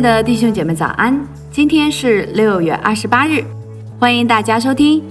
的弟兄姐妹早安，今天是6月28日，欢迎大家收听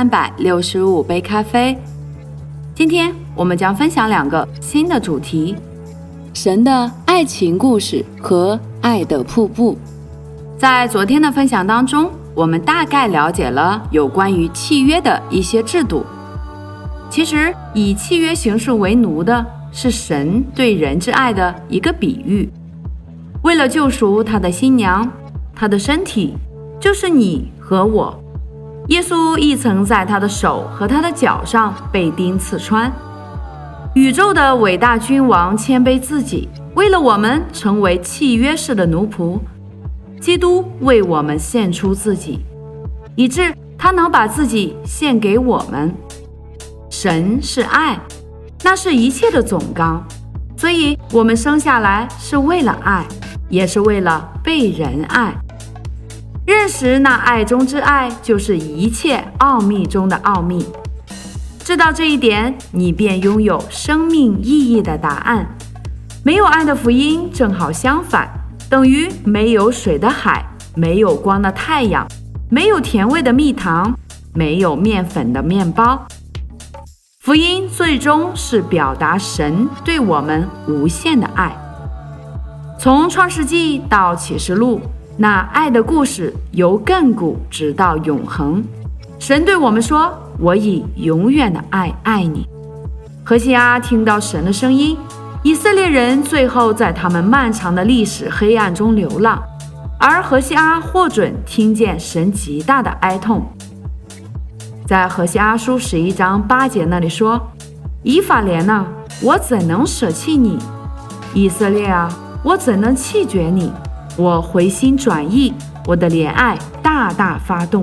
365杯咖啡。今天我们将分享2个新的主题，神的爱情故事和爱的瀑布。在昨天的分享当中，我们大概了解了有关于契约的一些制度。其实以契约形式为奴的是神对人之爱的一个比喻。为了救赎他的新娘，他的身体就是你和我，耶稣亦曾在他的手和他的脚上被钉刺穿。宇宙的伟大君王谦卑自己，为了我们成为契约式的奴仆。基督为我们献出自己，以致他能把自己献给我们。神是爱，那是一切的总纲，所以我们生下来是为了爱，也是为了被人爱。认识那爱中之爱，就是一切奥秘中的奥秘。知道这一点，你便拥有生命意义的答案。没有爱的福音正好相反，等于没有水的海，没有光的太阳，没有甜味的蜜糖，没有面粉的面包。福音最终是表达神对我们无限的爱。从创世纪到启示录，那爱的故事由亘古直到永恒。神对我们说，我以永远的爱爱你。何西阿听到神的声音，以色列人最后在他们漫长的历史黑暗中流浪，而何西阿获准听见神极大的哀痛。在何西阿书11章8节那里说，以法莲啊，我怎能舍弃你？以色列啊，我怎能弃绝你？我回心转意，我的怜爱大大发动。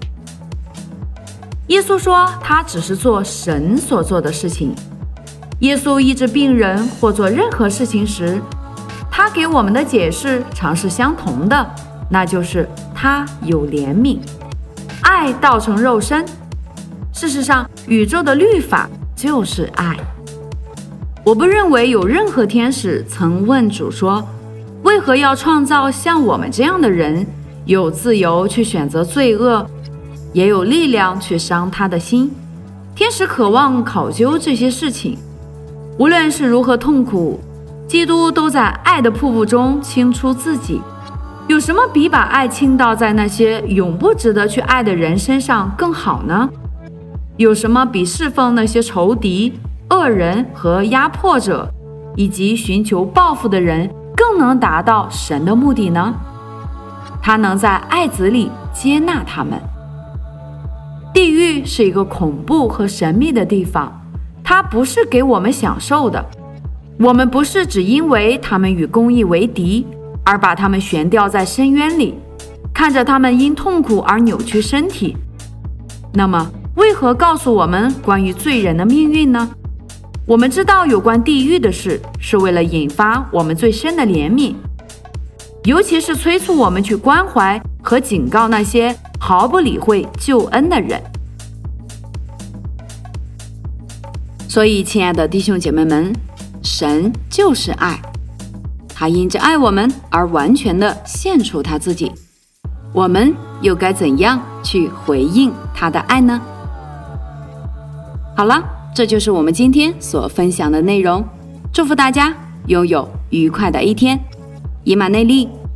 耶稣说，他只是做神所做的事情。耶稣医治病人或做任何事情时，他给我们的解释常是相同的，那就是他有怜悯。爱道成肉身。事实上，宇宙的律法就是爱。我不认为有任何天使曾问主说，为何要创造像我们这样的人，有自由去选择罪恶，也有力量去伤他的心。天使渴望考究这些事情。无论是如何痛苦，基督都在爱的瀑布中倾出自己。有什么比把爱倾倒在那些永不值得去爱的人身上更好呢？有什么比侍奉那些仇敌、恶人和压迫者，以及寻求报复的人更能达到神的目的呢？他能在爱子里接纳他们。地狱是一个恐怖和神秘的地方，它不是给我们享受的。我们不是只因为他们与公义为敌，而把他们悬吊在深渊里，看着他们因痛苦而扭曲身体。那么为何告诉我们关于罪人的命运呢？我们知道有关地狱的事，是为了引发我们最深的怜悯，尤其是催促我们去关怀和警告那些毫不理会救恩的人。所以，亲爱的弟兄姐妹们，神就是爱，他因着爱我们而完全的献出他自己。我们又该怎样去回应他的爱呢？好了，这就是我们今天所分享的内容。祝福大家拥有愉快的一天。以马内利。